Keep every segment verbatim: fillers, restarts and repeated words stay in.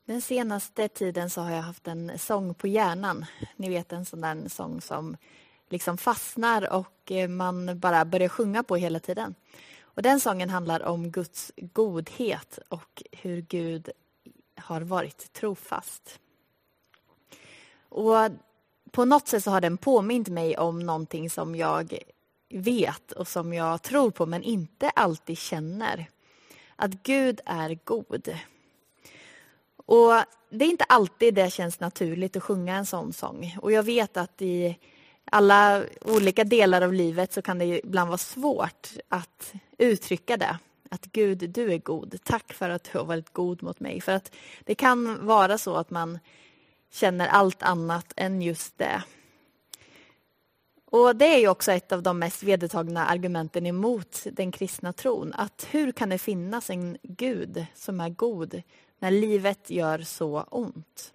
Den senaste tiden så har jag haft en sång på hjärnan. Ni vet, en sån där sång som liksom fastnar och man bara börjar sjunga på hela tiden. Och den sången handlar om Guds godhet och hur Gud har varit trofast. Och på något sätt så har den påmint mig om någonting som jag vet och som jag tror på men inte alltid känner. Att Gud är god. Och det är inte alltid det känns naturligt att sjunga en sån sång. Och jag vet att i alla olika delar av livet så kan det ibland vara svårt att uttrycka det. Att Gud, du är god. Tack för att du har varit god mot mig. För att det kan vara så att man känner allt annat än just det. Och det är ju också ett av de mest vedertagna argumenten emot den kristna tron. Att hur kan det finnas en Gud som är god när livet gör så ont?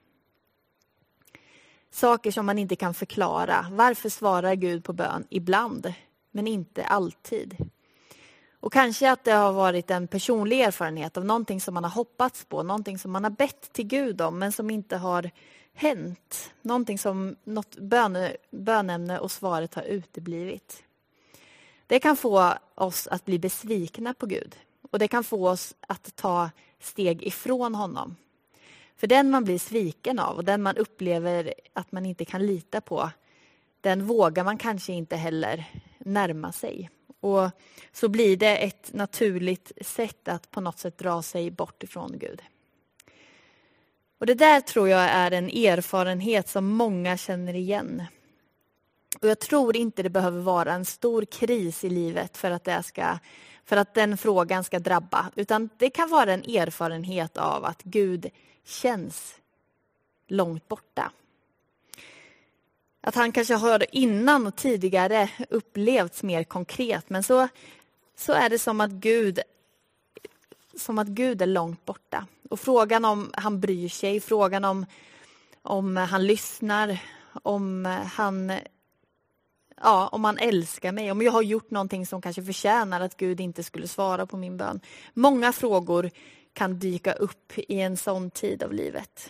Saker som man inte kan förklara. Varför svarar Gud på bön ibland, men inte alltid? Och kanske att det har varit en personlig erfarenhet av någonting som man har hoppats på. Någonting som man har bett till Gud om, men som inte har hänt. Någonting som något böne, bönämne och svaret har uteblivit. Det kan få oss att bli besvikna på Gud. Och det kan få oss att ta steg ifrån honom. För den man blir sviken av och den man upplever att man inte kan lita på, den vågar man kanske inte heller närma sig. Och så blir det ett naturligt sätt att på något sätt dra sig bort ifrån Gud. Och det där tror jag är en erfarenhet som många känner igen. Och jag tror inte det behöver vara en stor kris i livet för att, det ska, för att den frågan ska drabba. Utan det kan vara en erfarenhet av att Gud känns långt borta. Att han kanske har innan och tidigare upplevts mer konkret. Men så, så är det som att Gud, som att Gud är långt borta. Och frågan om han bryr sig, frågan om, om han lyssnar, om han, ja, om han älskar mig. Om jag har gjort någonting som kanske förtjänar att Gud inte skulle svara på min bön. Många frågor kan dyka upp i en sån tid av livet.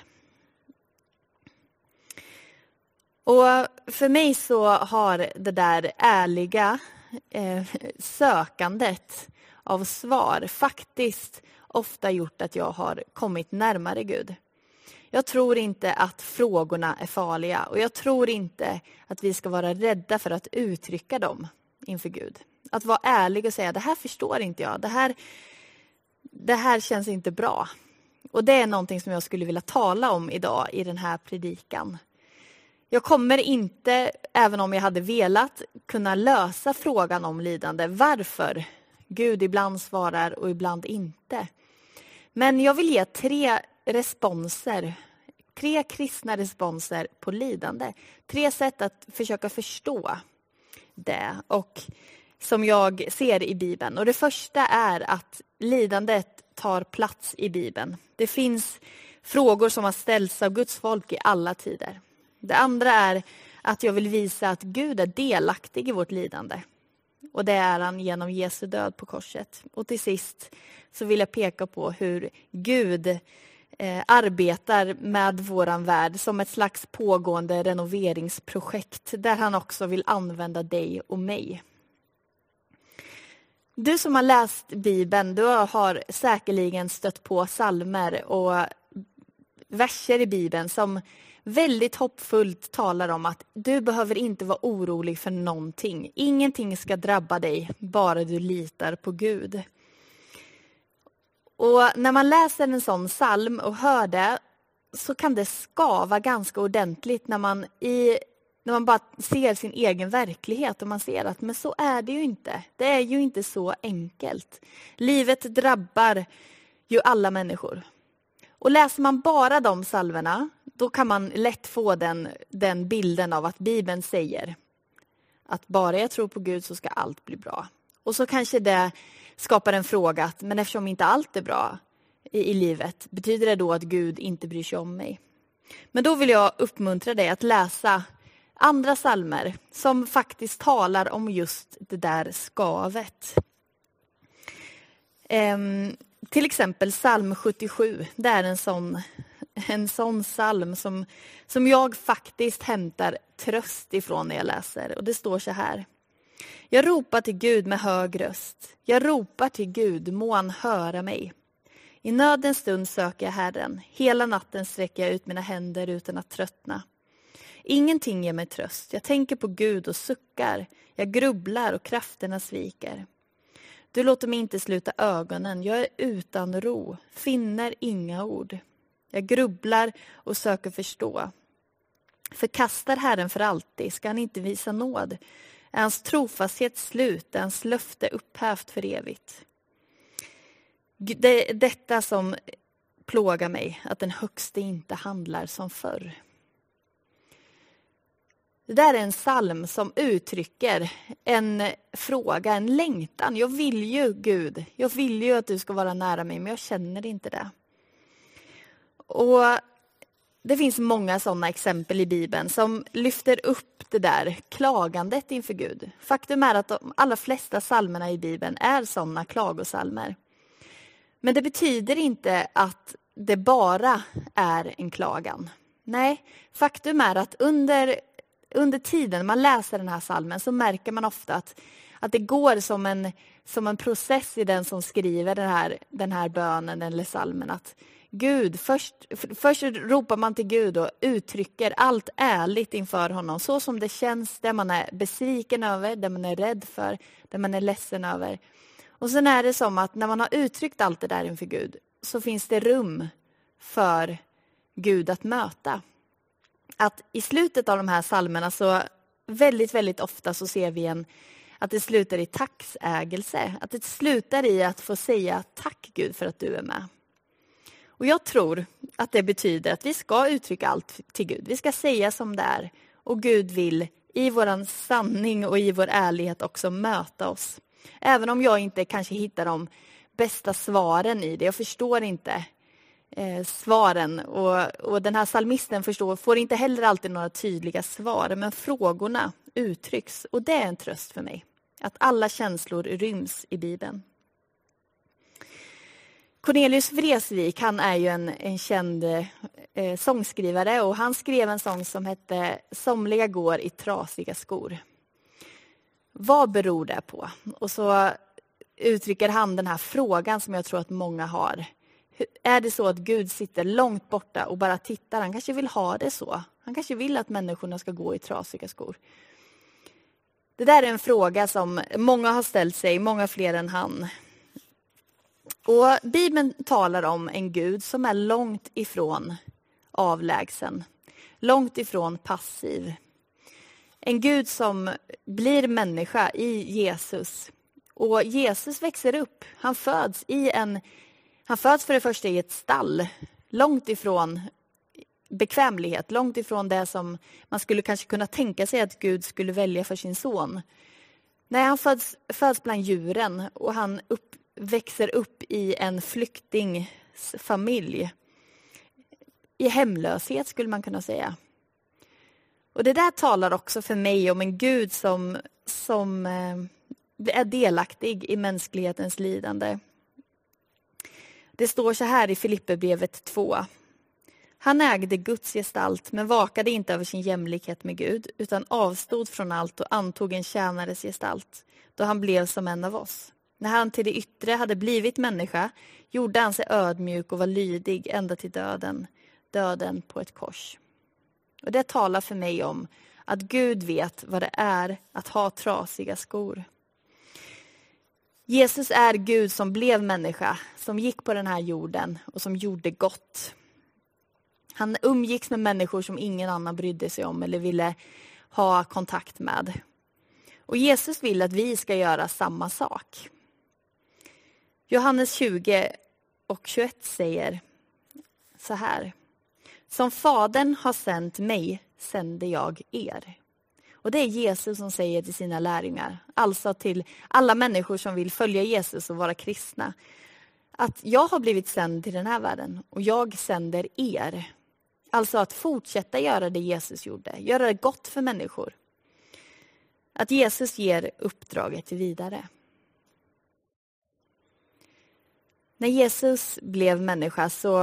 Och för mig så har det där ärliga eh, sökandet av svar faktiskt ofta gjort att jag har kommit närmare Gud. Jag tror inte att frågorna är farliga och jag tror inte att vi ska vara rädda för att uttrycka dem inför Gud. Att vara ärlig och säga, det här förstår inte jag, det här, det här känns inte bra. Och det är någonting som jag skulle vilja tala om idag i den här predikan. Jag kommer inte, även om jag hade velat, kunna lösa frågan om lidande. Varför Gud ibland svarar och ibland inte. Men jag vill ge tre responser, tre kristna responser på lidande. Tre sätt att försöka förstå det och som jag ser i Bibeln. Och det första är att lidandet tar plats i Bibeln. Det finns frågor som har ställts av Guds folk i alla tider. Det andra är att jag vill visa att Gud är delaktig i vårt lidande. Och det är han genom Jesu död på korset. Och till sist så vill jag peka på hur Gud eh, arbetar med våran värld som ett slags pågående renoveringsprojekt. Där han också vill använda dig och mig. Du som har läst Bibeln, du har säkerligen stött på psalmer och verser i Bibeln som väldigt hoppfullt talar om att du behöver inte vara orolig för någonting. Ingenting ska drabba dig, bara du litar på Gud. Och när man läser en sån psalm och hör det så kan det skava ganska ordentligt när man, i, när man bara ser sin egen verklighet och man ser att men så är det ju inte. Det är ju inte så enkelt. Livet drabbar ju alla människor. Och läser man bara de psalmerna, då kan man lätt få den, den bilden av att Bibeln säger att bara jag tror på Gud så ska allt bli bra. Och så kanske det skapar en fråga att men eftersom inte allt är bra i, i livet, betyder det då att Gud inte bryr sig om mig? Men då vill jag uppmuntra dig att läsa andra psalmer som faktiskt talar om just det där skavet. Ehm, till exempel psalm sjuttiosju, det är en sån en sån psalm som, som jag faktiskt hämtar tröst ifrån när jag läser. Och det står så här. Jag ropar till Gud med hög röst. Jag ropar till Gud, må han höra mig. I nödens stund söker jag Herren. Hela natten sträcker jag ut mina händer utan att tröttna. Ingenting ger mig tröst. Jag tänker på Gud och suckar. Jag grubblar och krafterna sviker. Du låter mig inte sluta ögonen. Jag är utan ro. Finner inga ord. Jag grubblar och söker förstå. Förkastar Herren för alltid. Ska han inte visa nåd? Är hans trofasthet slut? Är hans löfte upphävt för evigt? Det är detta som plågar mig. Att den högste inte handlar som förr. Det där är en psalm som uttrycker en fråga, en längtan. Jag vill ju, Gud, jag vill ju att du ska vara nära mig, men jag känner inte det. Och det finns många sådana exempel i Bibeln som lyfter upp det där klagandet inför Gud. Faktum är att de allra flesta psalmerna i Bibeln är sådana klagosalmer. Men det betyder inte att det bara är en klagan. Nej, faktum är att under Under tiden man läser den här psalmen så märker man ofta att, att det går som en, som en process i den som skriver den här, den här bönen eller psalmen. Att Gud, först, först ropar man till Gud och uttrycker allt ärligt inför honom. Så som det känns, det man är besviken över, det man är rädd för, det man är ledsen över. Och sen är det som att när man har uttryckt allt det där inför Gud så finns det rum för Gud att möta. Att i slutet av de här psalmerna så väldigt, väldigt ofta så ser vi en, att det slutar i tacksägelse. Att det slutar i att få säga tack Gud för att du är med. Och jag tror att det betyder att vi ska uttrycka allt till Gud. Vi ska säga som det är. Och Gud vill i våran sanning och i vår ärlighet också möta oss. Även om jag inte kanske hittar de bästa svaren i det. Jag förstår inte Eh, svaren och, och den här psalmisten förstår, får inte heller alltid några tydliga svar, men frågorna uttrycks och det är en tröst för mig att alla känslor ryms i Bibeln. Cornelius Vreeswijk, han är ju en, en känd eh, sångskrivare och han skrev en sång som hette Somliga går i trasiga skor. Vad beror det på? Och så uttrycker han den här frågan som jag tror att många har. Är det så att Gud sitter långt borta och bara tittar? Han kanske vill ha det så. Han kanske vill att människorna ska gå i trasiga skor. Det där är en fråga som många har ställt sig, många fler än han. Och Bibeln talar om en Gud som är långt ifrån avlägsen. Långt ifrån passiv. En Gud som blir människa i Jesus. Och Jesus växer upp. Han föds i en Han föds för det första i ett stall, långt ifrån bekvämlighet, långt ifrån det som man skulle kanske kunna tänka sig att Gud skulle välja för sin son. Nej, han föds, föds bland djuren och han upp, växer upp i en flyktingsfamilj. I hemlöshet skulle man kunna säga. Och det där talar också för mig om en Gud som, som eh, är delaktig i mänsklighetens lidande. Det står så här i Filipperbrevet två. Han ägde Guds gestalt men vakade inte över sin jämlikhet med Gud utan avstod från allt och antog en tjänares gestalt då han blev som en av oss. När han till det yttre hade blivit människa gjorde han sig ödmjuk och var lydig ända till döden, döden på ett kors. Och det talar för mig om att Gud vet vad det är att ha trasiga skor. Jesus är Gud som blev människa, som gick på den här jorden och som gjorde gott. Han umgicks med människor som ingen annan brydde sig om eller ville ha kontakt med. Och Jesus vill att vi ska göra samma sak. Johannes tjugo och tjugoett säger så här. Som Fadern har sänt mig sänder jag er. Och det är Jesus som säger till sina lärjungar, alltså till alla människor som vill följa Jesus och vara kristna, att jag har blivit sänd till den här världen och jag sänder er. Alltså att fortsätta göra det Jesus gjorde, göra det gott för människor. Att Jesus ger uppdraget vidare. När Jesus blev människa så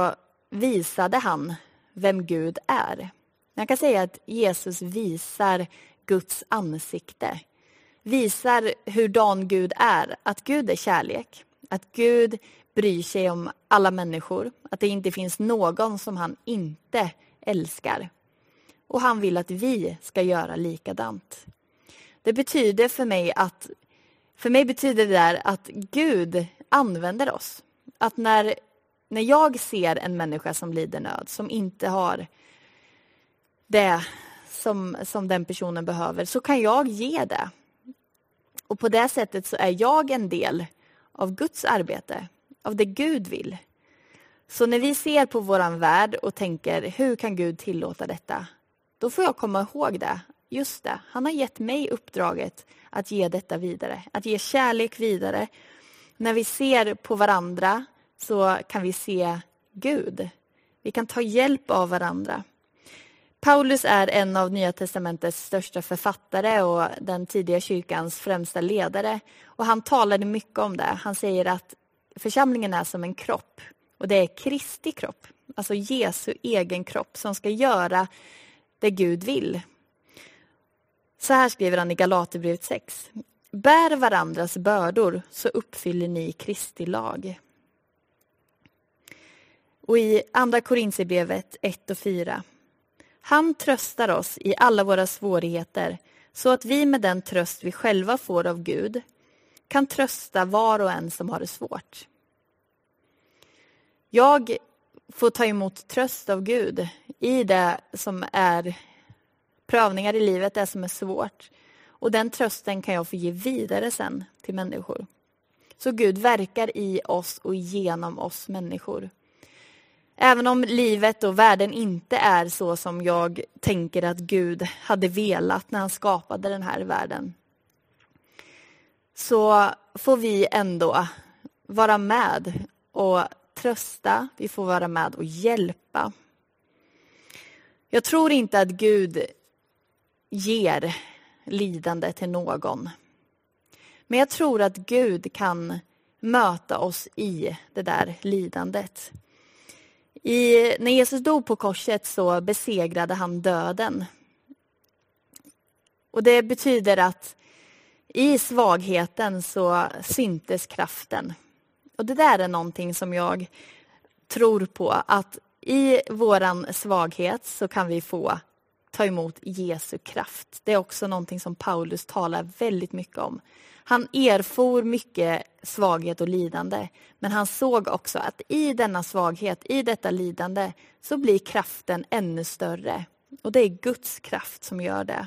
visade han vem Gud är. Man kan säga att Jesus visar Guds ansikte. Visar hurdan Gud är. Att Gud är kärlek. Att Gud bryr sig om alla människor. Att det inte finns någon som han inte älskar. Och han vill att vi ska göra likadant. Det betyder för mig att för mig betyder det där att Gud använder oss. Att när, när jag ser en människa som lider nöd, som inte har det som, som den personen behöver, så kan jag ge det. Och på det sättet så är jag en del av Guds arbete, av det Gud vill. Så när vi ser på våran värld och tänker, hur kan Gud tillåta detta? Då får jag komma ihåg det. Just det, han har gett mig uppdraget att ge detta vidare. Att ge kärlek vidare. När vi ser på varandra så kan vi se Gud. Vi kan ta hjälp av varandra. Paulus är en av Nya testamentets största författare och den tidiga kyrkans främsta ledare. Och han talade mycket om det. Han säger att församlingen är som en kropp. Och det är Kristi kropp. Alltså Jesu egen kropp som ska göra det Gud vill. Så här skriver han i Galaterbrevet sex. Bär varandras bördor så uppfyller ni Kristi lag. Och i andra Korinthierbrevet ett och fyra. Han tröstar oss i alla våra svårigheter så att vi med den tröst vi själva får av Gud kan trösta var och en som har det svårt. Jag får ta emot tröst av Gud i det som är prövningar i livet, det som är svårt. Och den trösten kan jag få ge vidare sen till människor. Så Gud verkar i oss och genom oss människor. Även om livet och världen inte är så som jag tänker att Gud hade velat när han skapade den här världen, så får vi ändå vara med och trösta. Vi får vara med och hjälpa. Jag tror inte att Gud ger lidande till någon. Men jag tror att Gud kan möta oss i det där lidandet. I, när Jesus dog på korset så besegrade han döden. Och det betyder att i svagheten så syntes kraften. Och det där är någonting som jag tror på. Att i våran svaghet så kan vi få ta emot Jesu kraft. Det är också någonting som Paulus talar väldigt mycket om. Han erfor mycket svaghet och lidande. Men han såg också att i denna svaghet, i detta lidande, så blir kraften ännu större. Och det är Guds kraft som gör det.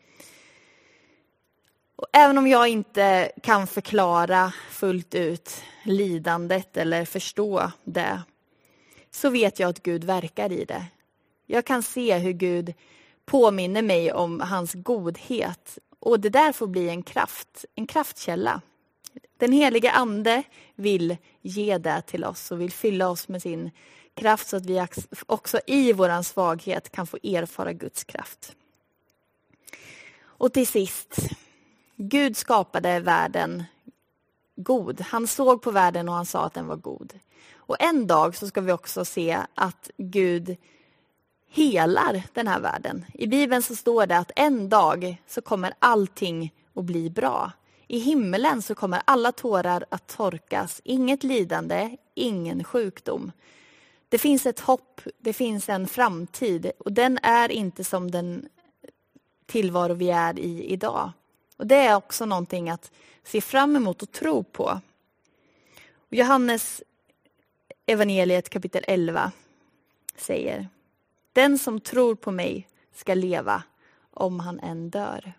Och även om jag inte kan förklara fullt ut lidandet eller förstå det, så vet jag att Gud verkar i det. Jag kan se hur Gud påminner mig om hans godhet. Och det där får bli en kraft, en kraftkälla. Den helige ande vill ge det till oss och vill fylla oss med sin kraft så att vi också i våran svaghet kan få erfara Guds kraft. Och till sist, Gud skapade världen god. Han såg på världen och han sa att den var god. Och en dag så ska vi också se att Gud helar den här världen. I Bibeln så står det att en dag så kommer allting att bli bra. I himmelen så kommer alla tårar att torkas. Inget lidande, ingen sjukdom. Det finns ett hopp, det finns en framtid. Och den är inte som den tillvaro vi är i idag. Och det är också någonting att se fram emot och tro på. Och Johannes evangeliet kapitel elva säger: den som tror på mig ska leva om han än dör.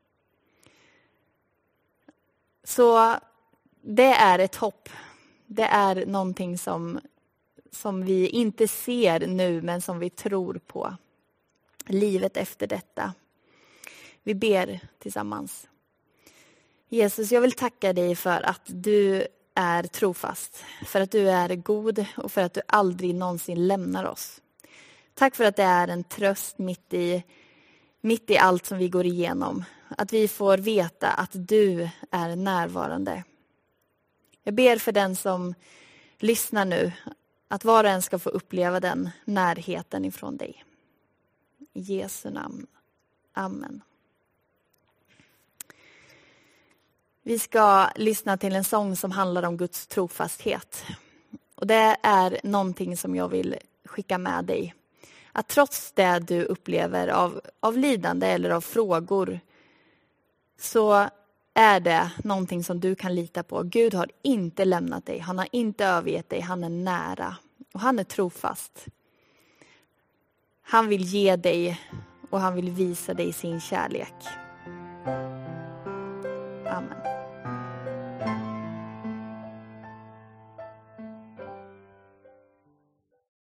Så det är ett hopp. Det är någonting som, som vi inte ser nu men som vi tror på. Livet efter detta. Vi ber tillsammans. Jesus, jag vill tacka dig för att du är trofast. För att du är god och för att du aldrig någonsin lämnar oss. Tack för att det är en tröst mitt i, mitt i allt som vi går igenom. Att vi får veta att du är närvarande. Jag ber för den som lyssnar nu Att var och en ska få uppleva den närheten ifrån dig. I Jesu namn. Amen. Vi ska lyssna till en sång som handlar om Guds trofasthet. Och det är någonting som jag vill skicka med dig. Att trots det du upplever av, av lidande eller av frågor, så är det någonting som du kan lita på. Gud har inte lämnat dig. Han har inte övergett dig. Han är nära. Och han är trofast. Han vill ge dig och han vill visa dig sin kärlek.